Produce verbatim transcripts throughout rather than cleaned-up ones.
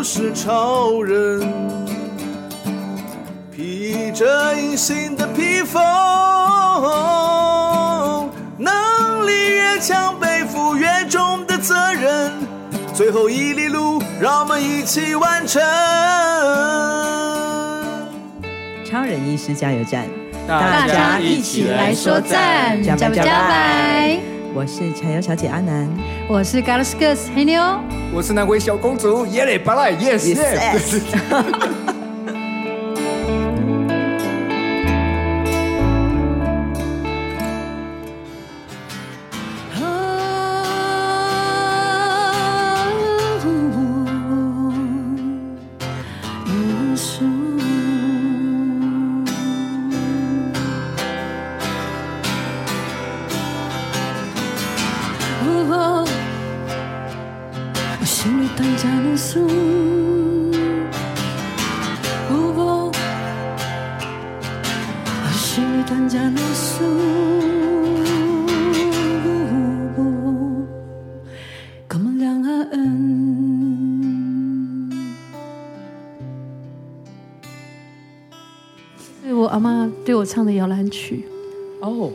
是超人，披着隐形的披风，能力越强背负越重的责任，最后一里路让我们一起完成。 超人医师加油站， 大家一起来说赞， 加加加白！ 我是柴油小姐阿南， 我是 Galaxus 黑妞， 我是南回小公主耶嘞巴赖 yes yes。 我阿嬷对我唱的摇篮曲哦，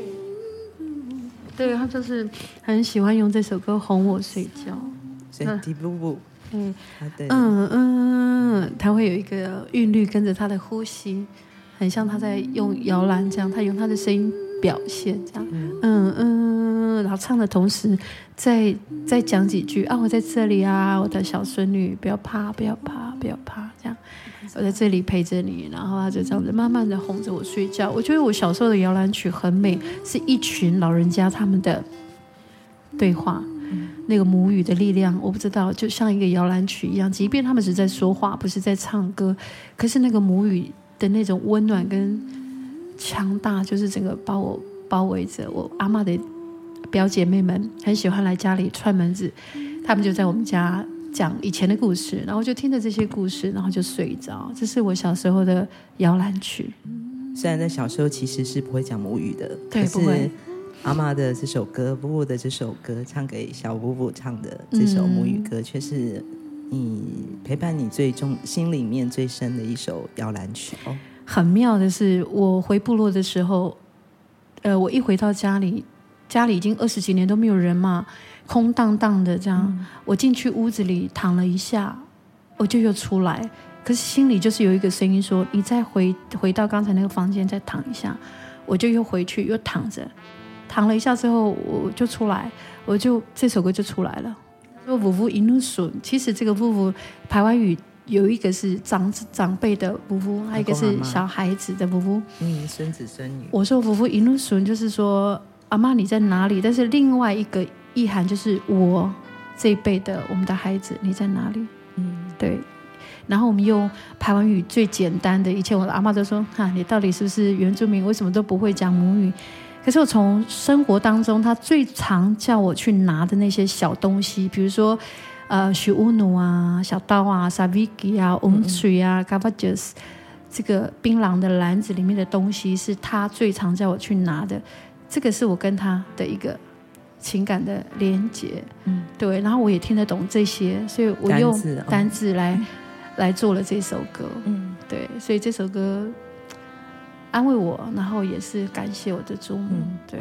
对，她就是很喜欢用这首歌哄我睡觉。 所以迪布布， 嗯嗯嗯嗯，她会有一个韵律跟着她的呼吸，很像她在用摇篮这样，她用她的声音表现这样，嗯嗯，然后唱的同时再再讲几句啊，我在这里啊，我的小孙女，不要怕，不要怕，不要怕，这样。我在这里陪着你，然后他就这样子慢慢的哄着我睡觉。我觉得我小时候的摇篮曲很美，是一群老人家他们的对话，嗯、那个母语的力量，我不知道，就像一个摇篮曲一样。即便他们只是在说话，不是在唱歌，可是那个母语的那种温暖跟强大，就是整个把我包围着。我阿嬷的表姐妹们很喜欢来家里串门子，他们就在我们家讲以前的故事，然后就听着这些故事，然后就睡着。这是我小时候的摇篮曲。 虽然在小时候其实是不会讲母语的， 对， 可是阿嬷的这首歌，布布的这首歌，唱给小布布唱的这首母语歌，却、嗯、是你陪伴你最重心里面最深的一首摇篮曲哦。 很妙的是，我回部落的时候，呃，我一回到家里，家里已经二十几年都没有人嘛。空荡荡的这样、嗯、我进去屋子里躺了一下，我就又出来，可是心里就是有一个声音说，你再回回到刚才那个房间再躺一下，我就又回去又躺着，躺了一下之后我就出来，我就这首歌就出来了，说vuvu inusun。其实这个vuvu排湾语有一个是 长, 长辈的vuvu，还有一个是小孩子的vuvu， 嗯，孙子孙女。 我说vuvu inusun就是说阿嬷你在哪里，但是另外一个意涵就是我这一辈的我们的孩子你在哪里，嗯，对。然后我们用排湾语最简单的，以前我的阿嬷都说哈，你到底是不是原住民，为什么都不会讲母语？可是我从生活当中他最常叫我去拿的那些小东西，比如说呃许乌努啊，小刀啊，萨维基啊，翁水啊，嘎巴杰斯，这个槟榔的篮子里面的东西是他最常叫我去拿的，这个是我跟他的一个情感的连结，嗯，对，然后我也听得懂这些，所以我用单字来、哦、来做了这首歌，嗯，对，所以这首歌安慰我，然后也是感谢我的祖母，嗯，对。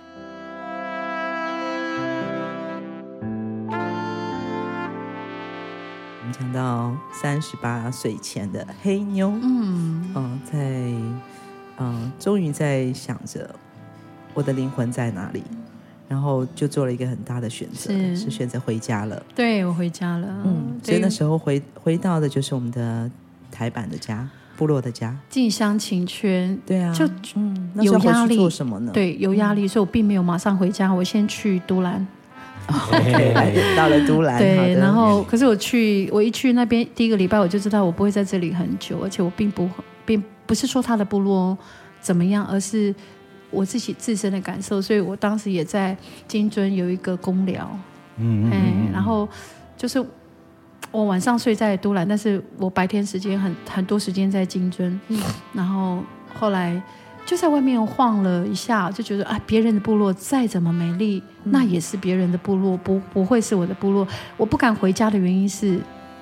我们讲到三十八岁前的黑妞，嗯，呃、在嗯，终于在想着我的灵魂在哪里。然后就做了一个很大的选择， 是, 是选择回家了。 对，我回家了。嗯， 所以那时候回回到的就是我们的台版的家，部落的家，近乡情圈。 对啊， 就嗯， 有压力。 做什么呢？ 对，有压力，嗯、所以我并没有马上回家，我先去都兰。 Okay, 到了都兰， 对，然后可是我去，我一去那边第一个礼拜，我就知道我不会在这里很久，而且我并不并不是说他的部落怎么样，而是我自己自身的感受，所以我当时也在金樽有一个公寮，嗯, 嗯, 嗯，然后就是我晚上睡在都兰，但是我白天时间很很多时间在金樽，嗯，然后后来就在外面晃了一下，就觉得啊，别人的部落再怎么美丽，那也是别人的部落，不不会是我的部落。我不敢回家的原因是，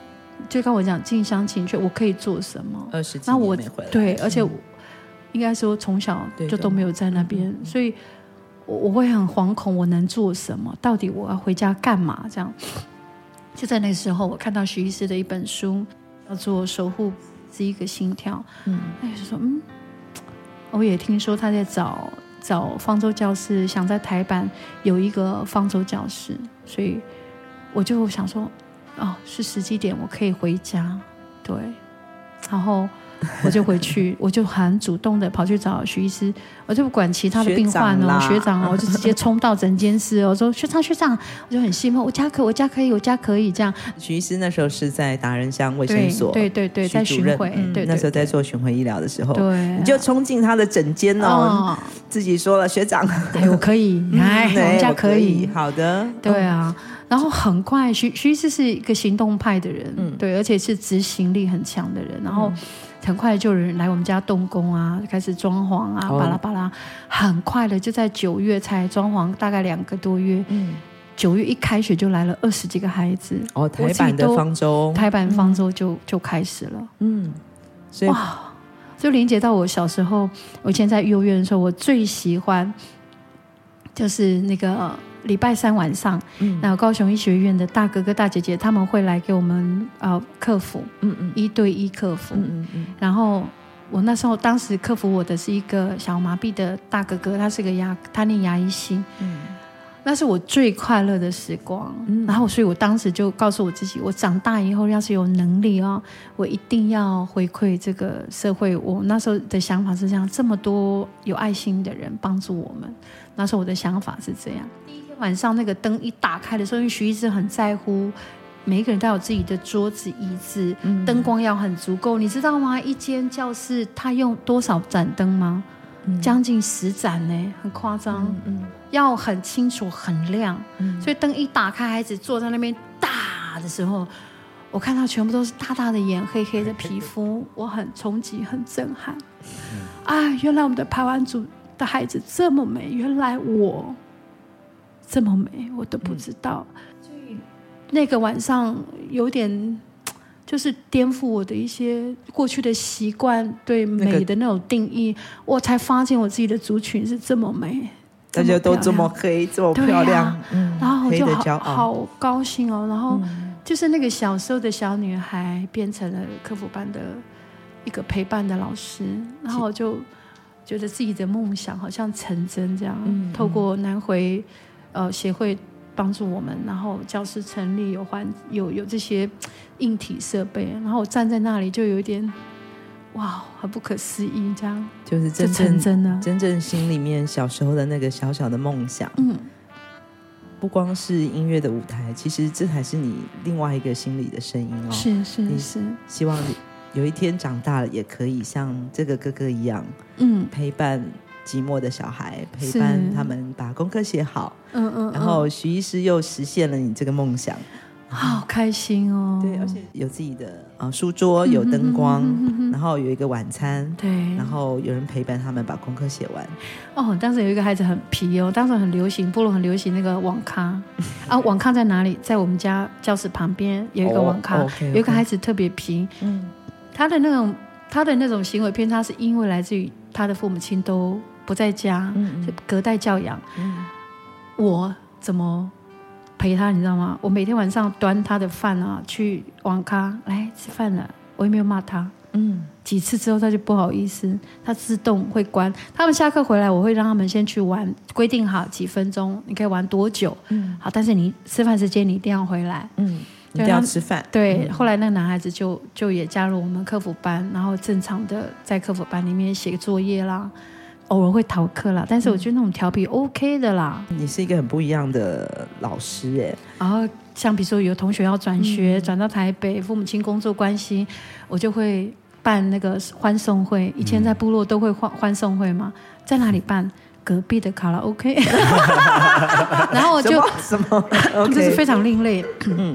就跟我讲近乡情怯，我可以做什么？ 二十几年没回来， 对，而且我、嗯、应该说从小就都没有在那边，嗯、所以我我会很惶恐，我能做什么？到底我要回家干嘛？这样，就在那个时候，我看到徐医师的一本书，叫做《守护是一个心跳》，嗯，那就说，嗯，我也听说他在找找方舟教室，想在台版有一个方舟教室，所以我就想说。哦，是时机点，我可以回家，对，然后我就回去，我就很主动的跑去找徐医师，我就不管其他的病患哦，学长哦，我就直接冲到诊间室，我说学长学长，我就很兴奋，我家可我家可以，我家可以这样。 徐医师那时候是在达人乡卫生所， 对对对对，在巡回，嗯、对, 对, 对， 那时候在做巡回医疗的时候， 对， 你就冲进他的诊间哦，哦自己说了学长， 哎，我可以，哎，我们家可以， 好的， 对啊。然后很快，徐徐医师是一个行动派的人，嗯，对，而且是执行力很强的人。然后很快就有人来我们家动工啊，开始装潢啊，巴拉巴拉，很快的就在九月才装潢，大概两个多月，嗯，九月一开学就来了二十几个孩子， 哦，台版的方舟， 台版方舟就、嗯、就开始了， 嗯，所以哇，就连接到我小时候，我以前在幼儿园的时候，我最喜欢就是那个。礼拜三晚上，嗯，然后高雄医学院的大哥哥大姐姐他们会来给我们呃克服，嗯嗯，一对一克服，嗯嗯嗯。然后我那时候当时克服我的是一个小麻痹的大哥哥，他是个牙，他念牙医系，嗯，那是我最快乐的时光。嗯、然后所以我当时就告诉我自己，我长大以后要是有能力哦，我一定要回馈这个社会。我那时候的想法是这样，这么多有爱心的人帮助我们，那时候我的想法是这样。晚上那个灯一打开的时候，因为徐医师很在乎每一个人都有自己的桌子椅子、嗯、灯光要很足够，你知道吗？一间教室他用多少盏灯吗？嗯、将近十盏呢，很夸张、嗯嗯、要很清楚很亮、嗯、所以灯一打开，孩子坐在那边大的时候，我看到全部都是大大的眼，黑黑的皮肤，我很冲击很震撼、嗯、啊，原来我们的排湾族的孩子这么美，原来我这么美我都不知道、嗯、所以那个晚上有点就是颠覆我的一些过去的习惯对美的那种定义、那个、我才发现我自己的族群是这么美， 大家都这么黑这么漂亮、啊嗯、然后我就 好, 好高兴哦，然后就是那个小时候的小女孩变成了客服班的一个陪伴的老师，然后我就觉得自己的梦想好像成真这样、嗯、透过南回呃，协会帮助我们，然后教室成立，有环有有这些硬体设备，然后我站在那里就有一点，哇，很不可思议，这样就是真正真的真正心里面小时候的那个小小的梦想，嗯，不光是音乐的舞台，其实这还是你另外一个心里的声音哦， 是是是， 希望有一天长大了也可以像这个哥哥一样，嗯，陪伴寂寞的小孩，陪伴他们把功课写好，嗯嗯，然后徐医师又实现了你这个梦想， 好开心哦！ 对，而且有自己的呃书桌，有灯光、嗯哼哼哼，然后有一个晚餐， 对， 然后有人陪伴他们把功课写完。 哦，当时有一个孩子很皮哦，当时很流行，部落很流行那个网咖啊，网咖在哪里？在我们家教室旁边有一个网咖， oh, okay, okay. 有一个孩子特别皮，嗯，他的那种他的那种行为偏差是因为来自于他的父母亲都不在家，嗯嗯，隔代教养，嗯，我怎么陪他你知道吗？我每天晚上端他的饭啊去网咖来吃饭了，我也没有骂他，嗯，几次之后他就不好意思，他自动会关。他们下课回来我会让他们先去玩，规定好几分钟你可以玩多久，嗯，好，但是你吃饭时间你一定要回来，嗯， 一定要吃饭。 对、嗯、后来那个男孩子就就也加入我们客服班，然后正常的在客服班里面写作业啦，偶尔会逃课啦，但是我觉得那种调皮 OK 的啦。 你是一个很不一样的老师耶。 然后像比如说有同学要转学、嗯、转到台北，父母亲工作关系，我就会办那个欢送会，以前在部落都会欢欢送会嘛，在哪里办？隔壁的卡拉 OK 然后我就什么, 什么、okay. 这是非常另类嗯，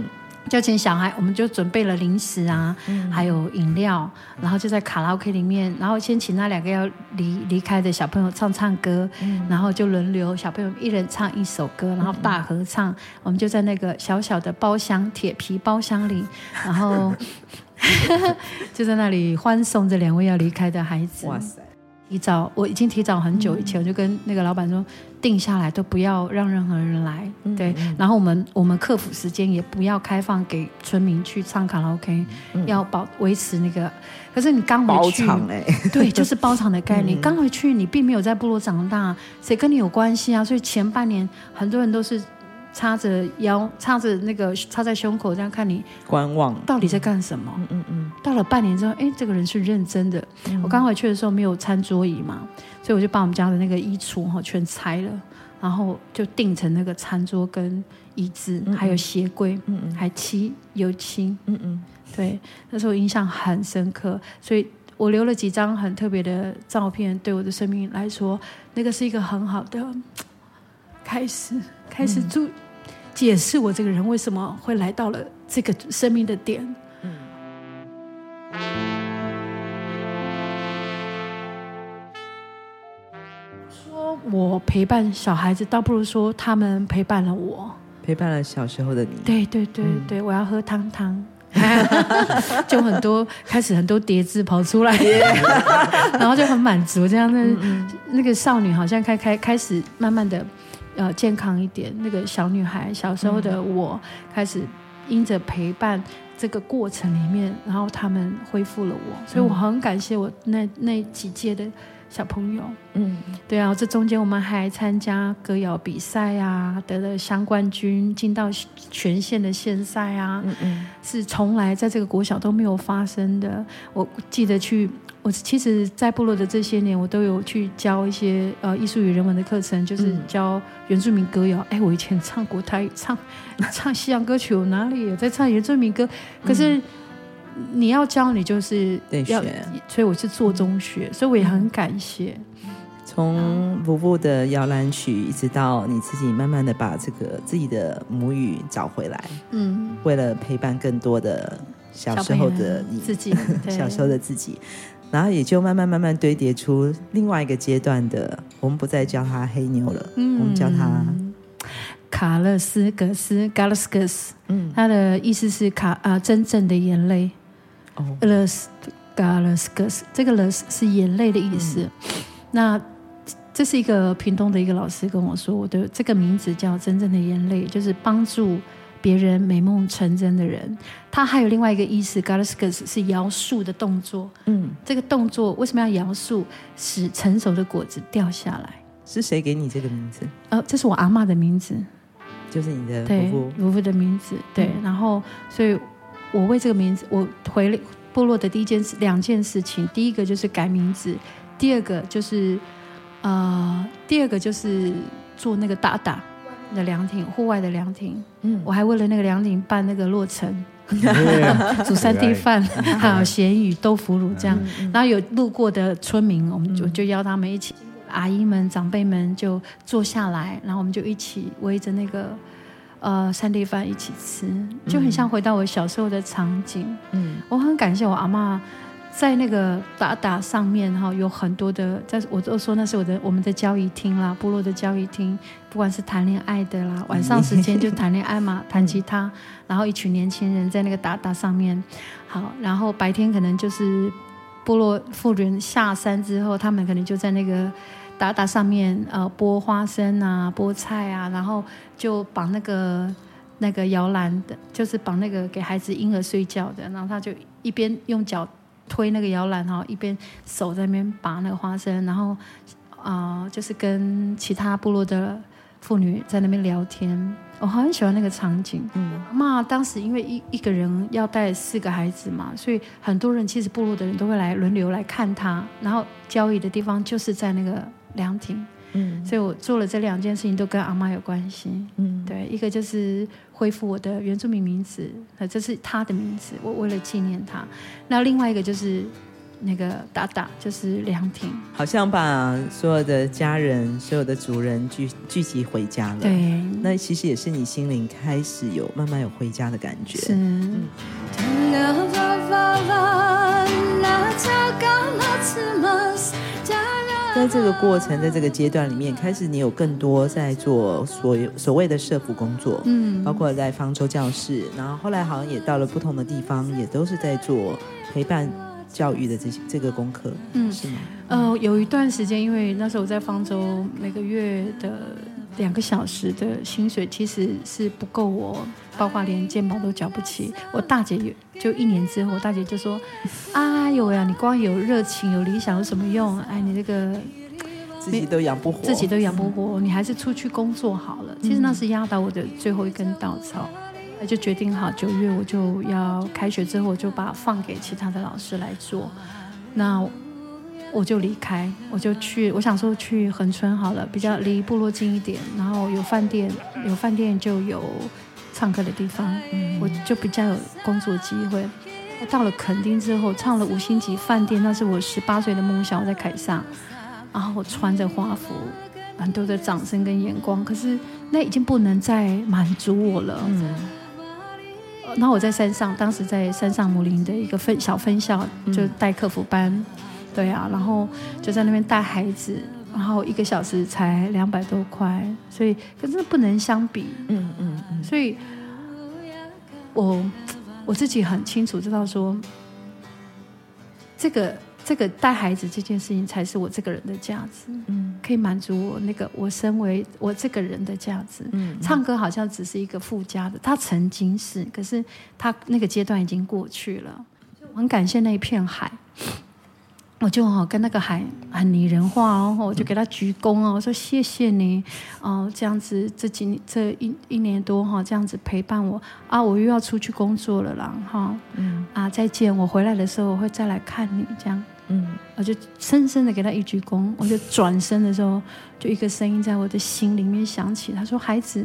就请小孩，我们就准备了零食啊，嗯、还有饮料，然后就在卡拉 OK 里面，然后先请那两个要离离开的小朋友唱唱歌，嗯、然后就轮流小朋友一人唱一首歌，然后大合唱。嗯、我们就在那个小小的包厢铁皮包厢里，然后就在那里欢送这两位要离开的孩子。哇塞！提早，我已经提早很久以前，我就跟那个老板说，定下来都不要让任何人来，嗯、对。嗯、然后我们我们客服时间也不要开放给村民去唱卡拉 OK，嗯、要保维持那个。可是你刚回去，包场哎，对，就是包场的概念。嗯、刚回去，你并没有在部落长大，谁跟你有关系啊？所以前半年很多人都是插着腰，插着那个插在胸口，这样看你观望， 到底在干什么？嗯嗯嗯。到了半年之后，哎，这个人是认真的。嗯、我刚回去的时候没有餐桌椅嘛，所以我就把我们家的那个衣橱哈全拆了，然后就订成那个餐桌跟椅子，嗯、还有鞋柜，嗯嗯，还漆油漆，嗯嗯，对，那时候印象很深刻，所以我留了几张很特别的照片，对我的生命来说，那个是一个很好的开始，开始注。嗯解释我这个人为什么会来到了这个生命的点。嗯，说我陪伴小孩子，倒不如说他们陪伴了我， 陪伴了小时候的你。 对对对对，嗯、我要喝汤汤。就很多开始很多叠字跑出来，然后就很满足这样的、嗯嗯、那个少女好像开开开始慢慢的。呃，健康一点。那个小女孩小时候的我，嗯、开始因着陪伴这个过程里面，然后他们恢复了我，所以我很感谢我那那几届的小朋友。嗯，对啊，这中间我们还参加歌谣比赛啊，得了乡冠军，进到全县的县赛啊，嗯嗯，是从来在这个国小都没有发生的。我记得去。我其实在部落的这些年，我都有去教一些呃艺术与人文的课程，就是教原住民歌谣。哎、嗯，我以前唱国台语，唱唱西洋歌曲，我哪里有在唱原住民歌？可是你要教，你就是要，所以我是做中学，所以我也很感谢。 从布布的摇篮曲，一直到你自己慢慢的把这个自己的母语找回来，嗯，为了陪伴更多的小时候的你自己， 小时候的自己。然后也就慢慢慢慢堆叠出另外一个阶段的，我们不再叫它黑妞了，嗯、我们叫它卡勒斯格斯 Galaskus， 嗯，它的意思是卡啊、呃、真正的眼泪。哦 Galaskus 这个 Las 是眼泪的意思。嗯、那这是一个屏东的一个老师跟我说，我的这个名字叫真正的眼泪，就是帮助别人美梦成真的人。他还有另外一个意思 Galaskus 是摇树的动作。嗯，这个动作为什么要摇树？使成熟的果子掉下来。是谁给你这个名字？ 呃，这是我阿嬷的名字， 就是你的对夫夫妇的名字。对、嗯，然后所以我为这个名字，我回部落的第一件事两件事情，第一个就是改名字，第二个就是呃，第二个就是做那个打打的凉亭，户外的凉亭。嗯，我还为了那个凉亭办那个落成，煮三地饭，还有咸鱼、豆腐乳这样。然后有路过的村民，我们就就邀他们一起，阿姨们、长辈们就坐下来，然后我们就一起围着那个呃三地饭一起吃，就很像回到我小时候的场景。嗯，我很感谢我阿嬷。在那个打打上面哈，有很多的，在我都说那是我的我们的交谊厅啦，部落的交谊厅，不管是谈恋爱的啦，晚上时间就谈恋爱嘛，弹吉他，然后一群年轻人在那个打打上面，好，然后白天可能就是部落妇人下山之后，他们可能就在那个打打上面呃剥花生啊，剥菜啊，然后就绑那个那个摇篮的，就是绑那个给孩子婴儿睡觉的，然后他就一边用脚推那个摇篮哈，一边手在那边拔那个花生，然后啊、呃，就是跟其他部落的妇女在那边聊天，我很喜欢那个场景。嗯，妈当时因为一一个人要带四个孩子嘛，所以很多人其实部落的人都会来轮流来看他，然后交易的地方就是在那个凉亭。嗯，所以我做了这两件事情都跟阿嬷有关系。嗯，对，一个就是恢复我的原住民名字，这是他的名字，我为了纪念他。那另外一个就是那个达达，就是凉亭， 好像把所有的家人、所有的族人聚聚集回家了。 对， 那其实也是你心灵开始有慢慢有回家的感觉。 是。嗯在这个过程，在这个阶段里面，开始你有更多在做所有所谓的社福工作，嗯，包括在方舟教室，然后后来好像也到了不同的地方，也都是在做陪伴教育的这些这个功课，嗯，是吗？ 呃，有一段时间，因为那时候我在方舟每个月的两个小时的薪水其实是不够我，包括连健保都缴不起。我大姐就一年之后，我大姐就说：“哎呦呀，你光有热情有理想有什么用？哎，你这个自己都养不活， 自己都养不活，嗯、你还是出去工作好了。”其实那是压倒我的最后一根稻草。嗯、就决定好九月我就要开学之后，我就把放给其他的老师来做。那我就离开，我就去，我想说去恒春好了，比较离部落近一点，然后有饭店，有饭店就有唱歌的地方，嗯、我就比较有工作机会。我到了垦丁之后，唱了五星级饭店，那是我十八岁的梦想，我在凯上，然后我穿着华服，很多的掌声跟眼光，可是那已经不能再满足我了。嗯，然后我在山上，当时在山上母林的一个分小分校，就带客服班。嗯，对啊，然后就在那边带孩子，然后一个小时才两百多块，所以跟这不能相比。嗯嗯嗯，所以我我自己很清楚知道说，这个这个带孩子这件事情才是我这个人的价值，嗯，可以满足我那个我身为我这个人的价值。嗯，唱歌好像只是一个附加的，它曾经是，可是它那个阶段已经过去了。我很感谢那一片海。我就哦跟那个海很拟人化哦，我就给他鞠躬哦，我说谢谢你哦，这样子这几这一一年多哈，这样子陪伴我啊，我又要出去工作了啦哈，嗯啊再见，我回来的时候我会再来看你这样，嗯，我就深深的给他一鞠躬，我就转身的时候，就一个声音在我的心里面响起，他说孩子，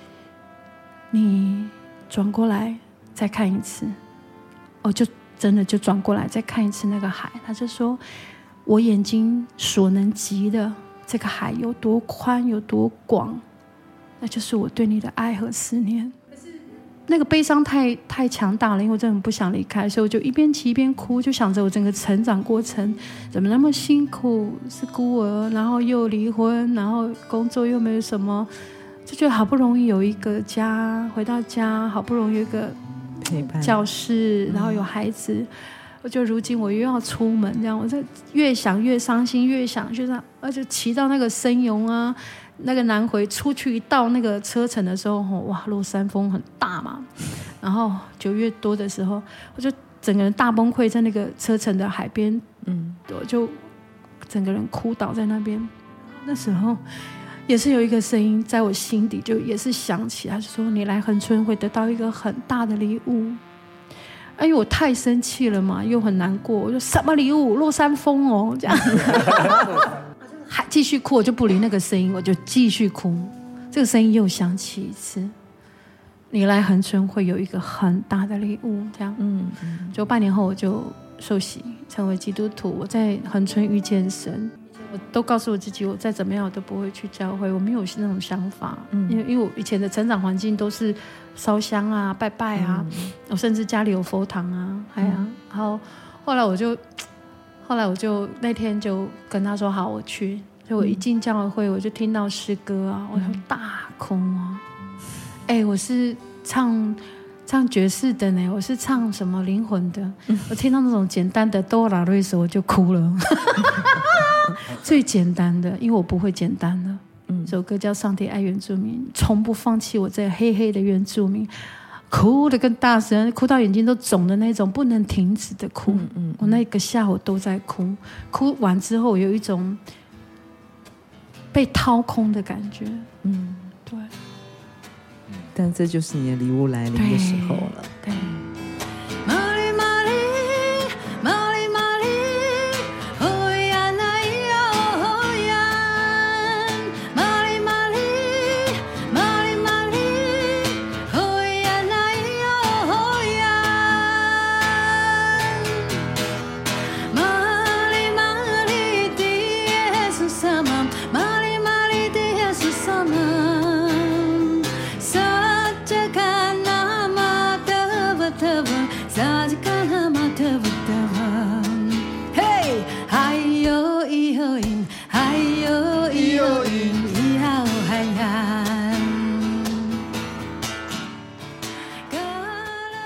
你转过来再看一次，我就。真的就转过来再看一次那个海，他就说我眼睛所能及的这个海有多宽有多广，那就是我对你的爱和思念。那个悲伤太太强大了，因为我真的不想离开，所以我就一边骑一边哭，就想着我整个成长过程怎么那么辛苦，是孤儿，然后又离婚，然后工作又没有什么，就觉得好不容易有一个家，回到家好不容易有一个教室，然后有孩子，嗯、我就如今我又要出门，这样我就越想越伤心，越想就这样，而且骑到那个深涌啊，那个南回出去一到那个车程的时候，哇，落山风很大嘛，然后九月多的时候，我就整个人大崩溃在那个车程的海边，嗯，我就整个人哭倒在那边，那时候。也是有一个声音在我心底就也是响起，他就说你来恒春会得到一个很大的礼物。哎呦，我太生气了嘛，又很难过，我说什么礼物？落山风哦，这样还继续哭，我就不理那个声音，我就继续哭。这个声音又响起一次，你来恒春会有一个很大的礼物，这样。嗯嗯，就半年后我就受洗成为基督徒，我在恒春遇见神。我都告诉我自己，我再怎么样我都不会去教会，我没有那种想法，嗯、因为因为我以前的成长环境都是烧香啊、拜拜啊，嗯、我甚至家里有佛堂啊，哎呀、嗯，然后后来我就，后来我就那天就跟他说好，我去，所以我一进教会我就听到诗歌啊，我就大哭啊，哎，我是唱。唱爵士的呢，我是唱什么灵魂的、嗯、我听到那种简单的哆啦瑞时我就哭了最简单的，因为我不会简单的、嗯、这首歌叫上帝爱原住民，从不放弃我这黑黑的原住民，哭得更大声，哭到眼睛都肿的那种，不能停止的哭、嗯嗯、我那个下午都在哭，哭完之后有一种被掏空的感觉，嗯，对， 但这就是你的礼物来临的时候了。 对。 My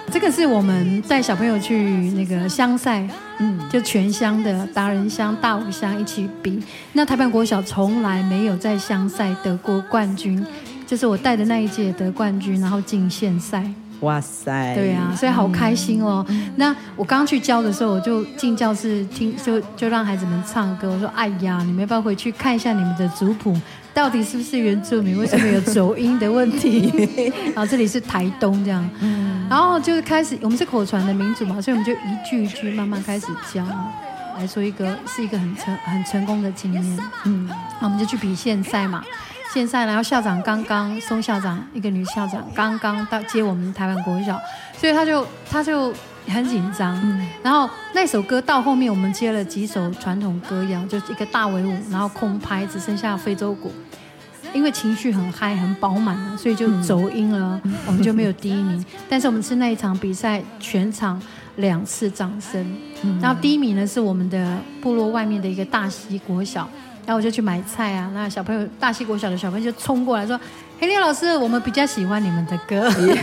这个是我们带小朋友去那个乡赛，嗯，就全乡的达人乡、大武乡一起比。那台湾国小从来没有在乡赛得过冠军，就是我带的那一届得冠军，然后进县赛。 哇塞， 对啊，所以好开心哦。嗯、那我刚去教的时候，我就进教室听，就就让孩子们唱歌。我说：“哎呀，你们要不要回去看一下你们的族谱，到底是不是原住民？为什么有走音的问题？”然后这里是台东这样，嗯、然后就开始，我们是口传的民族嘛，所以我们就一句一句慢慢开始教，来说一个是一个很成很成功的经验。嗯，那我们就去比县赛嘛。县赛，然后校长刚刚宋校长一个女校长刚刚到接我们台湾国小，所以他就他就很紧张。嗯、然后那首歌到后面我们接了几首传统歌谣，就一个大围舞，然后空拍只剩下非洲鼓，因为情绪很嗨很饱满了，所以就走音了，嗯、我们就没有第一名。但是我们是那一场比赛全场两次掌声，嗯、然后第一名呢是我们的部落外面的一个大溪国小。然后我就去买菜啊，那小朋友大溪国小的小朋友就冲过来说：“黑廖老师，我们比较喜欢你们的歌。Yeah. ”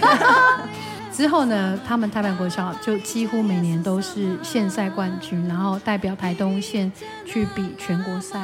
之后呢，他们台湾国小就几乎每年都是县赛冠军，然后代表台东县去比全国赛。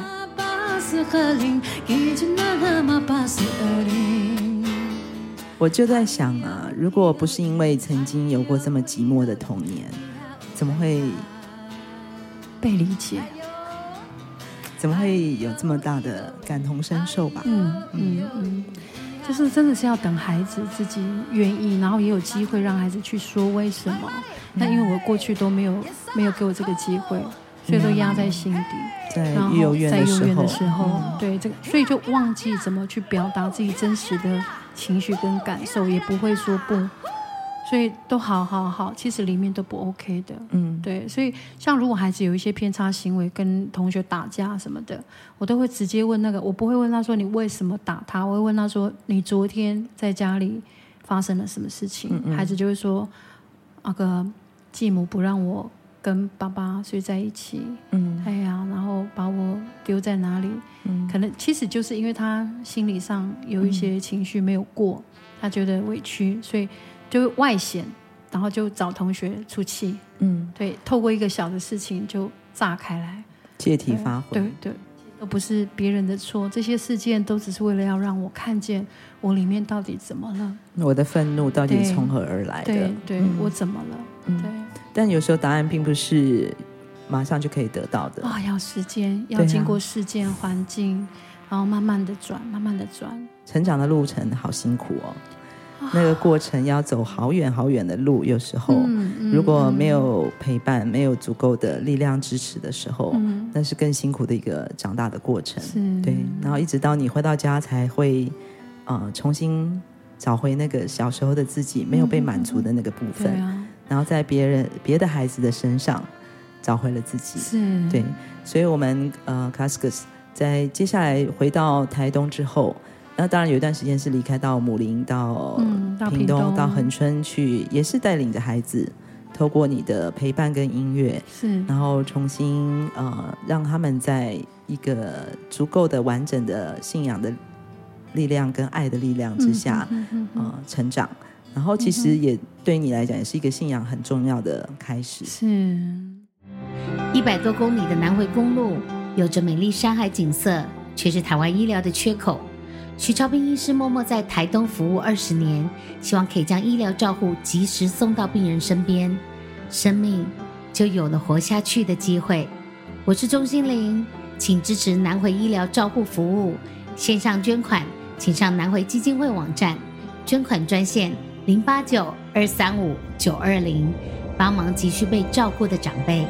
我就在想啊，如果不是因为曾经有过这么寂寞的童年，怎么会被理解？ 怎么会有这么大的感同身受吧？ 嗯嗯嗯，就是真的是要等孩子自己愿意，然后也有机会让孩子去说为什么。但因为我过去都没有没有给我这个机会，所以都压在心底。 在幼幼园的时候， 在幼园的时候，嗯、对这个，所以就忘记怎么去表达自己真实的情绪跟感受，也不会说不。所以都好好好，其实里面都不 OK 的，嗯，对，所以像如果孩子有一些偏差行为，跟同学打架什么的，我都会直接问那个，我不会问他说你为什么打他，我会问他说你昨天在家里发生了什么事情，嗯嗯孩子就会说那个继母不让我跟爸爸睡在一起，嗯，哎呀，然后把我丢在哪里，嗯，可能其实就是因为他心理上有一些情绪没有过，嗯、他觉得委屈，所以。就外显，然后就找同学出气，嗯，对，透过一个小的事情就炸开来， 借题发挥， 对 对, 对，都不是别人的错，这些事件都只是为了要让我看见我里面到底怎么了， 我的愤怒到底从何而来的？ 对 对, 对、嗯，我怎么了？嗯，对。 但有时候答案并不是马上就可以得到的， 啊、哦，要时间，要经过事件、啊、环境，然后慢慢的转，慢慢的转， 成长的路程好辛苦哦。那个过程要走好远好远的路，有时候、嗯嗯、如果没有陪伴、嗯、没有足够的力量支持的时候、嗯、那是更辛苦的一个长大的过程。对，然后一直到你回到家才会、呃、重新找回那个小时候的自己没有被满足的那个部分、嗯啊、然后在别人别的孩子的身上找回了自己。 是， 对，所以我们呃 Cascus 在接下来回到台东之后，那当然有一段时间是离开到母林到屏东、嗯、到恒春去，也是带领着孩子透过你的陪伴跟音乐， 是，然后重新呃让他们在一个足够的完整的信仰的力量跟爱的力量之下、嗯嗯嗯呃、成长，然后其实也对你来讲也是一个信仰很重要的开始。 是一百多公里的南回公路有着美丽山海景色，却是台湾医疗的缺口。许超斌医师默默在台东服务二十年，希望可以将医疗照护及时送到病人身边，生命就有了活下去的机会。我是钟欣凌，请支持南回医疗照护服务，线上捐款请上南回基金会网站，捐款专线零八九二三五九二零，帮忙急需被照顾的长辈。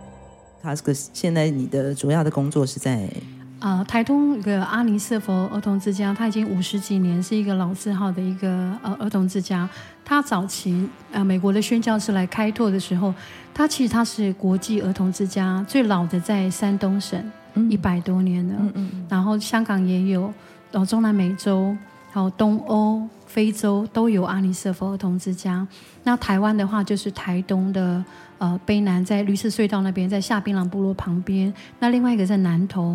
Cascus 现在你的主要的工作是在呃，台东一个阿尼瑟佛儿童之家，它已经五十几年，是一个老字号的一个呃儿童之家。它早期呃美国的宣教士来开拓的时候，它其实它是国际儿童之家，最老的在山东省，一百多年了。嗯嗯。然后香港也有，然后中南美洲，还有东欧、非洲都有阿尼瑟佛儿童之家。那台湾的话，就是台东的呃卑南，在绿色隧道那边，在下槟榔部落旁边。那另外一个在南投。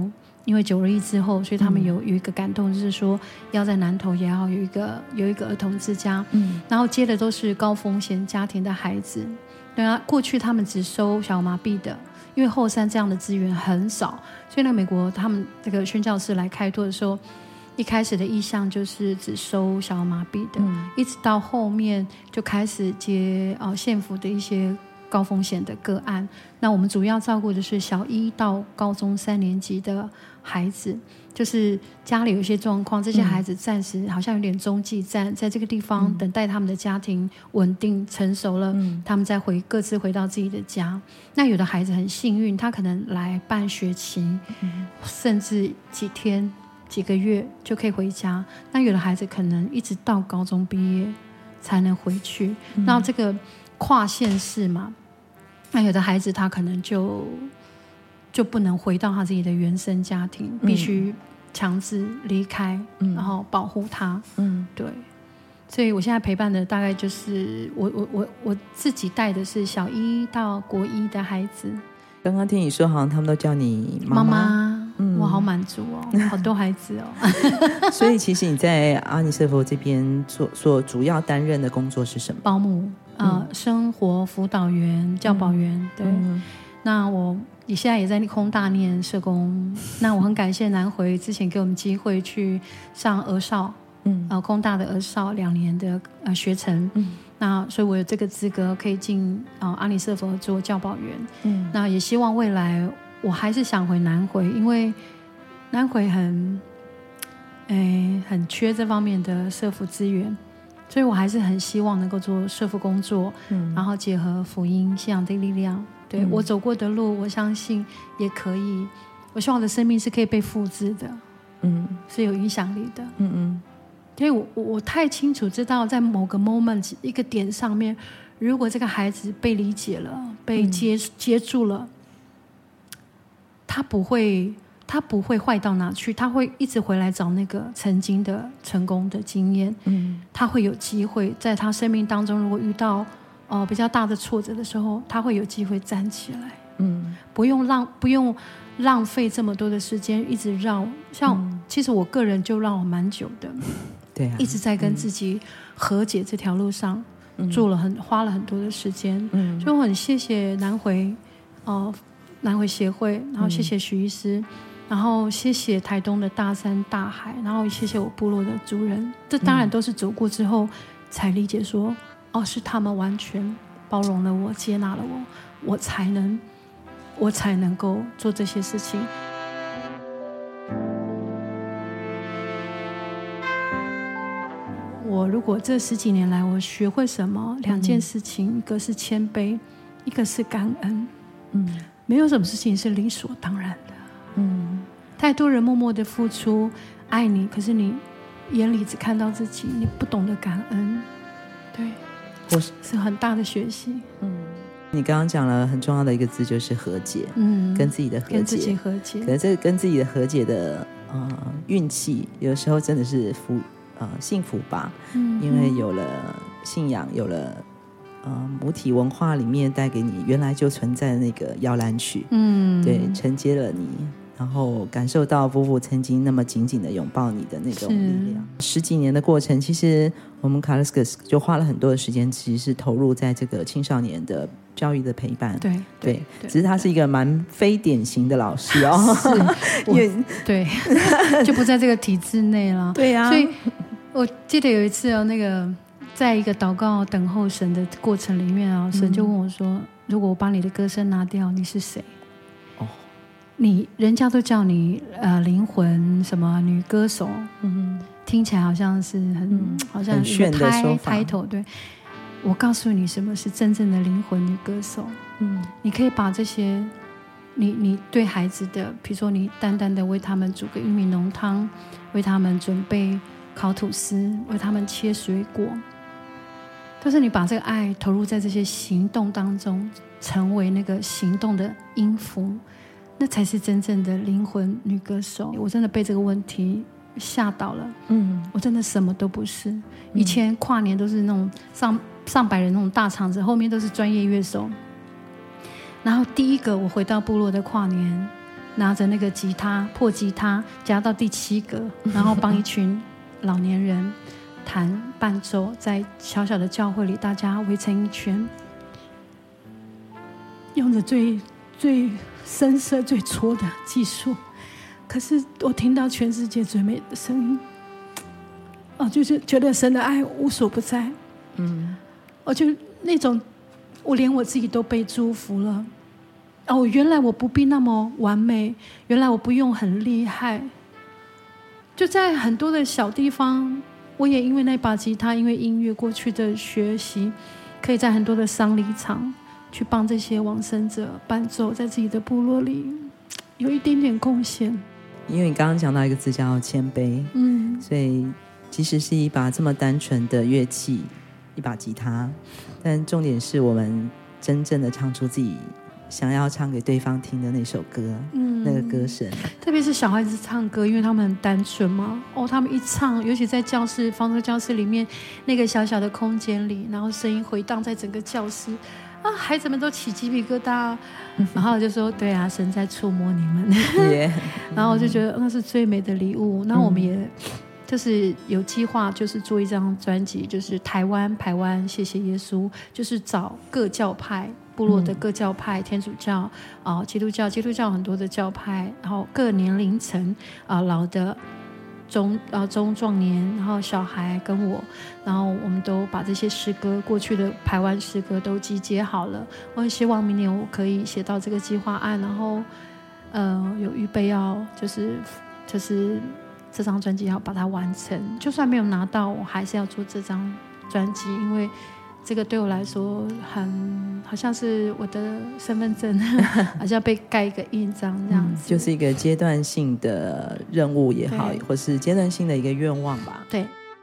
因为九二一之后，所以他们有有一个感动，就是说要在南投也要有一个有一个儿童之家，嗯，然后接的都是高风险家庭的孩子。对啊，过去他们只收小儿麻痹的，因为后山这样的资源很少，所以呢，美国他们这个宣教士来开拓的时候，一开始的意向就是只收小儿麻痹的，嗯、一直到后面就开始接呃县府的一些高风险的个案。那我们主要照顾的是小一到高中三年级的孩子，就是家里有一些状况，这些孩子暂时好像有点中继站，在这个地方等待他们的家庭稳定成熟了，嗯、他们再回各自回到自己的家。那有的孩子很幸运，他可能来半学期，嗯、甚至几天几个月就可以回家。那有的孩子可能一直到高中毕业才能回去，嗯、那这个跨县市嘛，那有的孩子他可能就就不能回到他自己的原生家庭，必须强制离开，嗯、然后保护他。嗯，对。所以我现在陪伴的大概就是我我我我自己带的是小一到国一的孩子。 刚刚听你说，好像他们都叫你妈妈。 妈妈，嗯、我好满足哦，好多孩子哦。 所以其实你在阿尼瑟佛这边做所主要担任的工作是什么？ 保姆。呃，嗯、生活辅导员、教保员，嗯、对。嗯、那我你现在也在空大念社工，那我很感谢南回之前给我们机会去上儿少，嗯，呃，空大的儿少两年的呃学程，嗯，那所以我有这个资格可以进呃阿尼瑟佛做教保员，嗯，那也希望未来我还是想回南回，因为南回很，哎，很缺这方面的社福资源。所以我还是很希望能够做社福工作，嗯、然后结合福音信仰的力量。对、嗯、我走过的路，我相信也可以。我希望我的生命是可以被复制的，嗯，是有影响力的，嗯嗯。因为我我太清楚知道，在某个 moment 一个点上面，如果这个孩子被理解了，被接、嗯、接住了，他不会。他不会坏到哪去，他会一直回来找那个曾经的成功的经验。嗯，他会有机会在他生命当中，如果遇到呃比较大的挫折的时候，他会有机会站起来。嗯，不用浪不用浪费这么多的时间一直绕。像、嗯、其实我个人就绕了蛮久的，对啊，一直在跟自己和解这条路上、嗯、做了很花了很多的时间。嗯，所以我很谢谢南回呃南回协会，然后谢谢许医师。嗯，然后谢谢台东的大山大海，然后谢谢我部落的族人，这当然都是走过之后才理解说，哦，是他们完全包容了我，接纳了我，我才能我才能够做这些事情。我如果这十几年来我学会什么，两件事情，一个是谦卑，一个是感恩。嗯，没有什么事情是理所当然的。嗯，太多人默默的付出爱你，可是你眼里只看到自己，你不懂得感恩。对，我是很大的学习。嗯， 你刚刚讲了很重要的一个字，就是和解。嗯，跟自己的和解， 跟自己和解。 可是这跟自己的和解的呃运气，有时候真的是福呃幸福吧。嗯，因为有了信仰，有了呃母体文化里面带给你原来就存在的那个摇篮曲。嗯，对，承接了你。然后感受到夫妇曾经那么紧紧的拥抱你的那种力量。十几年的过程，其实我们 Kariskas 就花了很多的时间，其实是投入在这个青少年的教育的陪伴。 对对, 对，只是他是一个蛮非典型的老师哦， 是，因为对，就不在这个体制内了。 对呀、啊， 所以我记得有一次哦，那个在一个祷告等候神的过程里面啊，神就问我说：“嗯、如果我把你的歌声拿掉，你是谁？”你人家都叫你呃灵魂什么女歌手，嗯，听起来好像是很、嗯、好像很炫的说法。 title， 对，我告诉你什么是真正的灵魂女歌手。嗯，你可以把这些你你对孩子的，比如说你单单的为他们煮个玉米浓汤，为他们准备烤吐司，为他们切水果，但是你把这个爱投入在这些行动当中，成为那个行动的音符，那才是真正的灵魂女歌手。我真的被这个问题吓到了。嗯，我真的什么都不是。以前跨年都是那种上上百人那种大场子，后面都是专业乐手。然后第一个我回到部落的跨年， 拿着那个吉他破吉他加到第七格，然后帮一群老年人弹伴奏，在小小的教会里大家围成一圈，用着最最深色最粗的技术，可是我听到全世界最美的声音，哦，就是觉得神的爱无所不在。嗯，我就那种我连我自己都被祝福了。哦，原来我不必那么完美，原来我不用很厉害，就在很多的小地方，我也因为那把吉他，因为音乐过去的学习，可以在很多的丧礼场去帮这些往生者伴奏，在自己的部落里有一点点贡献。 因为你刚刚讲到一个字叫谦卑，嗯，所以即使是一把这么单纯的乐器，一把吉他，但重点是我们真正的唱出自己想要唱给对方听的那首歌，嗯，那个歌声， 特别是小孩子唱歌，因为他们很单纯嘛，哦，他们一唱，尤其在教室方舟教室里面那个小小的空间里，然后声音回荡在整个教室啊，孩子们都起鸡皮疙瘩，然后我就说对啊，神在触摸你们，yeah. 然后我就觉得那是最美的礼物。那我们也就是有计划，就是做一张专辑，就是台湾台湾谢谢耶稣，就是找各教派部落的各教派，天主教、呃、基督教基督教很多的教派，然后各年龄层、呃、老的中呃中壮年，然后小孩跟我，然后我们都把这些诗歌，过去的台湾诗歌都集结好了。我很希望明年我可以写到这个计划案，然后呃有预备要就是就是这张专辑要把它完成，就算没有拿到，我还是要做这张专辑，因为这个对我来说很好像是我的身份证好像被盖一个印章这样子、 嗯、就是一个阶段性的任务也好，或是阶段性的一个愿望吧。 对，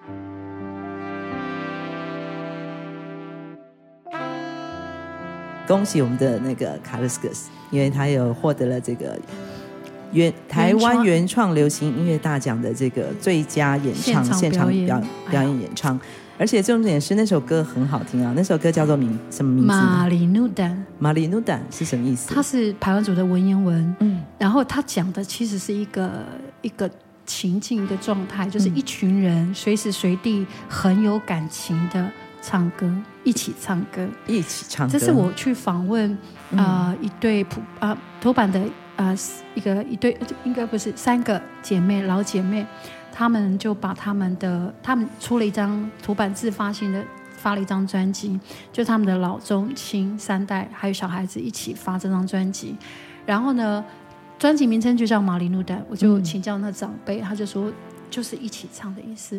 恭喜我们的那个卡勒斯克斯，因为他有获得了这个原台湾原创流行音乐大奖的这个最佳演唱现场 表, 表演演唱，而且重点是那首歌很好听啊！那首歌叫做名什么名字？ 马里努丹。 马里努丹是什么意思？ 它是排湾族的文言文，嗯，然后它讲的其实是一个一个情境一个状态，就是一群人随时随地很有感情的唱歌，一起唱歌， 一起唱歌。 这是我去访问啊、呃、一对普啊、呃、土版的啊、呃、一个一对应该不是三个姐妹老姐妹。他们就把他们的他们出了一张土版自发性的发了一张专辑，就他们的老中青三代还有小孩子一起发这张专辑，然后呢专辑名称就叫马里努丹，我就请教那长辈、嗯、他就说就是一起唱的意思。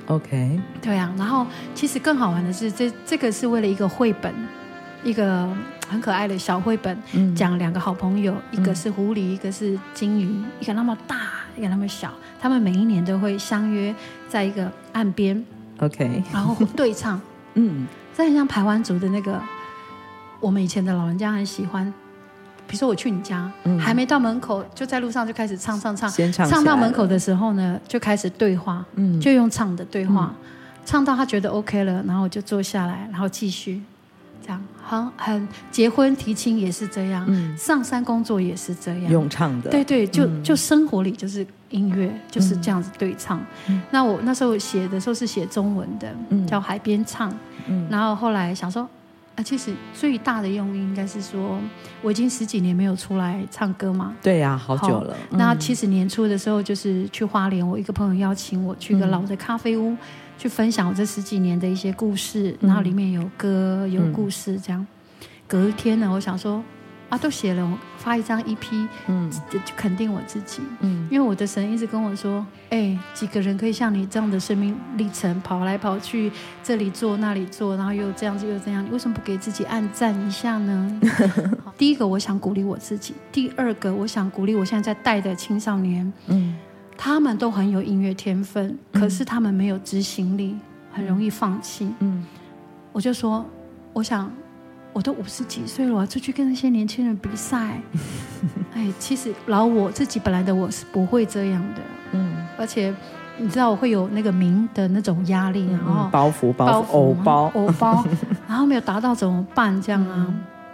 OK， 对啊，然后其实更好玩的是这这个是为了一个绘本，一个很可爱的小绘本、嗯、讲两个好朋友，一个是狐狸、嗯、一个是金鱼，一个那么大一个那么小，他们每一年都会相约在一个岸边 OK， 然后对唱嗯，这很像排湾族的那个，我们以前的老人家很喜欢，比如说我去你家、嗯、还没到门口就在路上就开始唱唱唱先唱唱到门口的时候呢就开始对话、嗯、就用唱的对话、嗯、唱到他觉得 OK 了，然后我就坐下来然后继续这样，很很结婚提亲也是这样、嗯、上山工作也是这样用唱的， 对对，就、嗯、就生活里就是音乐就是这样子对唱、嗯、那我那时候写的时候是写中文的、嗯、叫海边唱、嗯、然后后来想说啊，其实最大的用意应该是说我已经十几年没有出来唱歌嘛， 对呀、啊，好久了、 嗯、那其实年初的时候就是去花莲，我一个朋友邀请我去一个老的咖啡屋、嗯、去分享我这十几年的一些故事、嗯、然后里面有歌有故事这样、嗯、隔一天呢我想说啊，都写了，我发一张 E P， 嗯，就肯定我自己，嗯，因为我的神一直跟我说，哎、欸，几个人可以像你这样的生命历程，跑来跑去，这里做那里做，然后又这样子又这样，你为什么不给自己按赞一下呢？第一个，我想鼓励我自己；第二个，我想鼓励我现在在带的青少年，嗯，他们都很有音乐天分，可是他们没有执行力，很容易放弃，嗯，我就说，我想。我都五十几岁了，我要出去跟那些年轻人比赛。哎，其实老我自己本来的我是不会这样的，嗯，而且你知道我会有那个名的那种压力，然后包袱包袱偶包偶包，然后没有达到怎么办？这样啊，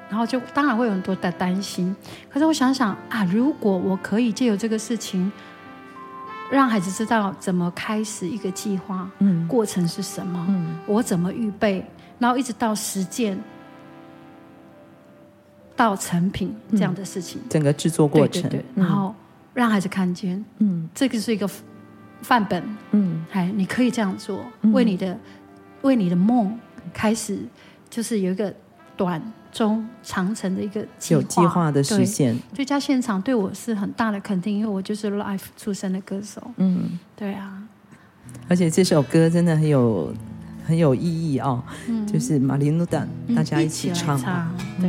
然后就当然会有很多的担心。可是我想想啊，如果我可以借由这个事情，让孩子知道怎么开始一个计划，嗯，过程是什么，嗯，我怎么预备，然后一直到实践到成品这样的事情， 嗯、整个制作过程， 对对对，然后让孩子看见，嗯，这个是一个范本，嗯，哎，你可以这样做，嗯、为你的为你的梦开始，就是有一个短中长程的一个计划， 有计划的实现。 最佳现场对我是很大的肯定，因为我就是 live 出身的歌手，嗯，对啊， 而且这首歌真的很有很有意义哦，嗯、就是马林努丹，大家一起唱， 一起来唱对。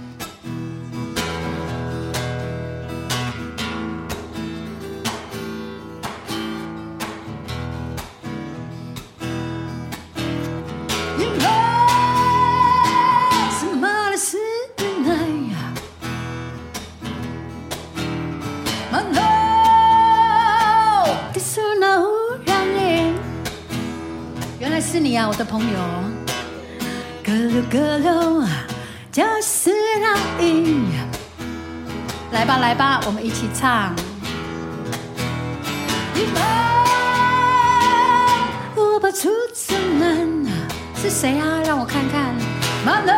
是你啊，我的朋友。咯噜咯噜，就是那音。来吧，来吧，我们一起唱。你们无法出城门，是谁啊？让我看看。Mano，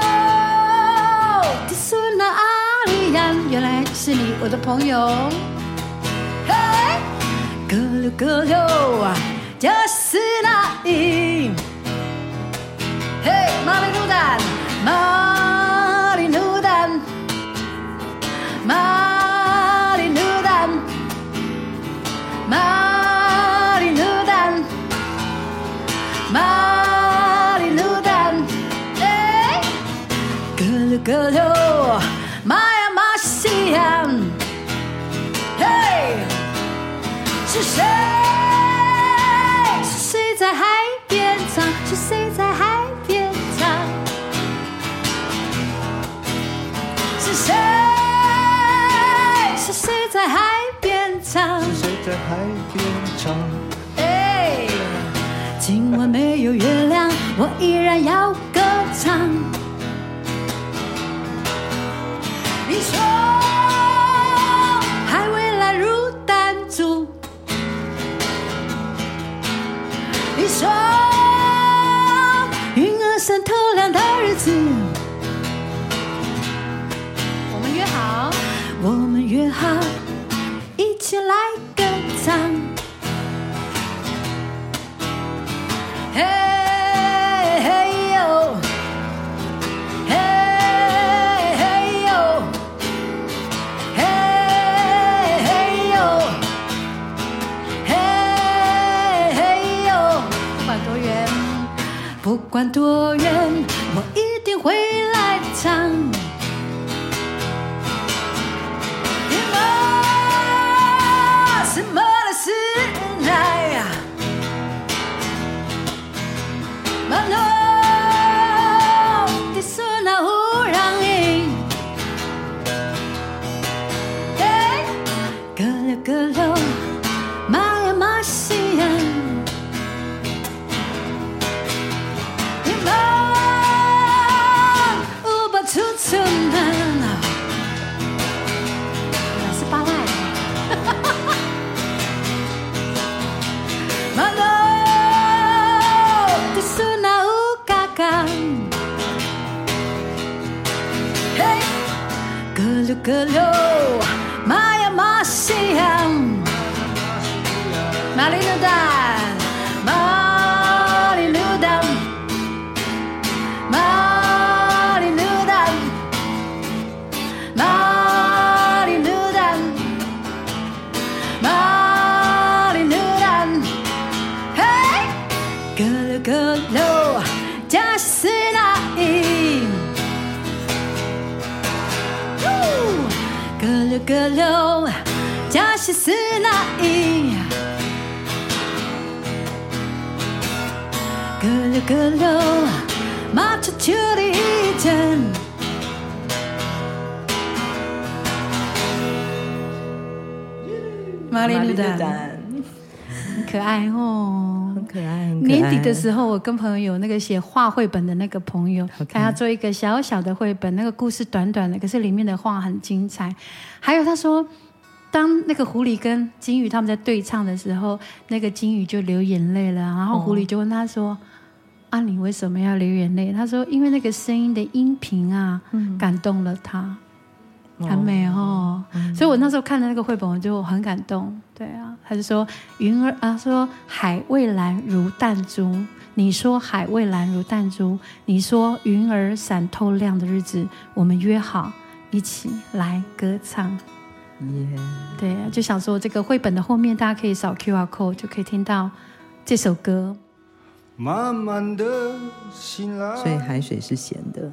你说那阿里安，原来是你，我的朋友。嘿，咯噜咯噜。就是那音，嘿，马里努丹，马里努丹，马里努丹，马里努丹，马里努丹，哎，咯噜咯噜，玛呀玛西呀，嘿，是谁？在海边唱，是谁在海边唱？是谁？是谁在海边唱？ 是谁在海边唱？ 哎，今晚没有月亮，我依然要歌唱。你说海未来如弹珠。你说云儿闪透亮的日子，我们约好，我们约好，一起来歌唱。嘿嘿呦，嘿嘿呦，嘿嘿呦，嘿嘿呦。不管多远，我一定会来唱。什么什么的时代呀？马诺的索那忽然音，哎，咯噜咯噜，玛呀玛西呀。出门了，是巴赖。马路的苏那乌嘎嘎，嘿，咯噜咯噜，玛呀玛西呀，马里努丹，马里努丹，马。马里努丹，马里努丹，嘿，咯噜咯噜，就是那音，咯噜咯噜，就是那音，咯噜咯噜，马出去的一阵。马里努丹，很可爱哦， 很很可爱，很可爱。 年底的时候，我跟朋友有那个写画绘本的那个朋友， Okay. 他要做一个小小的绘本，那个故事短短的，可是里面的画很精彩。还有他说，当那个狐狸跟金鱼他们在对唱的时候，那个金鱼就流眼泪了，然后狐狸就问他说。哦啊，你为什么要流眼泪？他说，因为那个声音的音频啊，嗯、感动了他，很美哦。嗯、所以我那时候看的那个绘本，我就很感动。对啊，他就说云儿啊，说海蔚蓝如弹珠，你说海蔚蓝如弹珠，你说云儿闪透亮的日子，我们约好一起来歌唱。 Yeah. 对啊，就想说这个绘本的后面，大家可以扫 Q R code 就可以听到这首歌。 慢慢的醒来， 所以海水是咸的，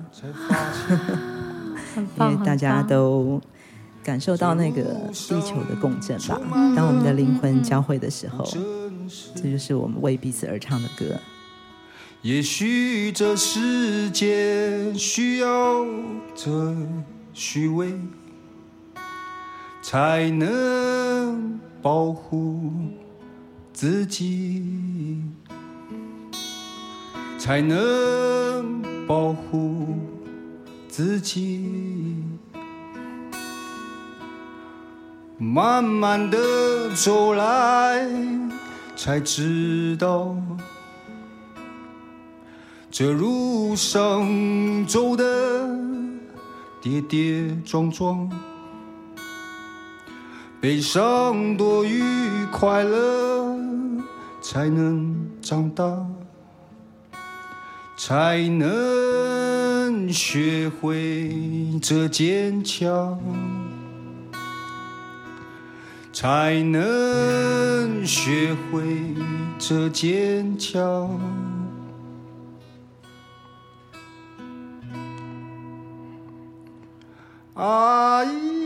很棒， 因为大家都感受到那个地球的共振吧。当我们的灵魂交汇的时候，这就是我们为彼此而唱的歌。 也许这世界需要这虚伪，才能保护自己，才能保护自己。慢慢的走来，才知道这路上走的跌跌撞撞，悲伤多于快乐，才能长大，才能学会这坚强，才能学会这坚强。啊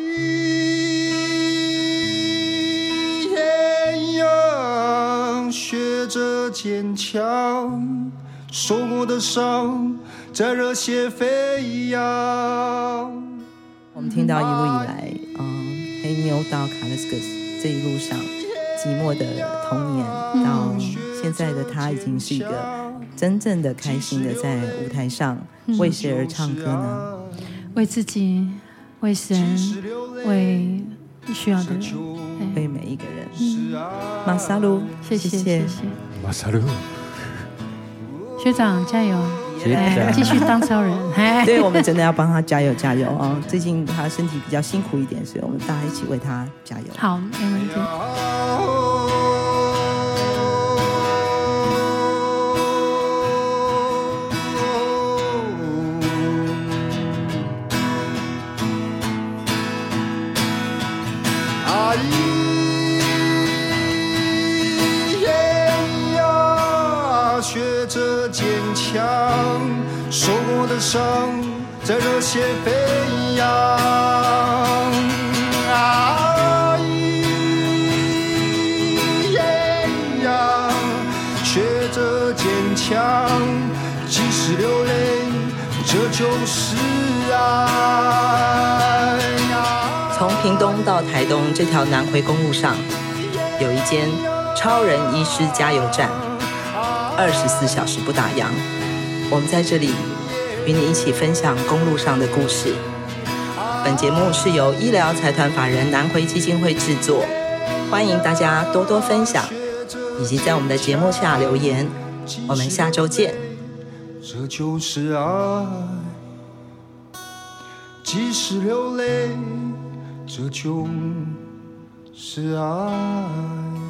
咿耶呀，学着坚强，受过的伤在热血飞扬。 我们听到一路以来，嗯，黑妞到卡勒斯克斯这一路上寂寞的童年，到现在的他已经是一个真正的开心的在舞台上为谁而唱歌呢？ 为自己，为神，为需要的人， 为每一个人。嗯、马萨鲁， 谢谢谢谢马萨鲁， 学长加油！ 哎， 继续当超人。 对，我们真的要帮他加油加油啊！最近他身体比较辛苦一点，所以我们大家一起为他加油。 好，没问题。 啊咿耶呀，学着坚强，受过的伤在热血飞扬。啊咿耶呀，学着坚强，即使流泪，这就是爱。 从屏东到台东这条南回公路上，有一间超人医师加油站，二十四小时不打烊。我们在这里与你一起分享公路上的故事。本节目是由医疗财团法人南回基金会制作，欢迎大家多多分享，以及在我们的节目下留言。我们下周见。 这就是爱，即使流泪，这就是爱。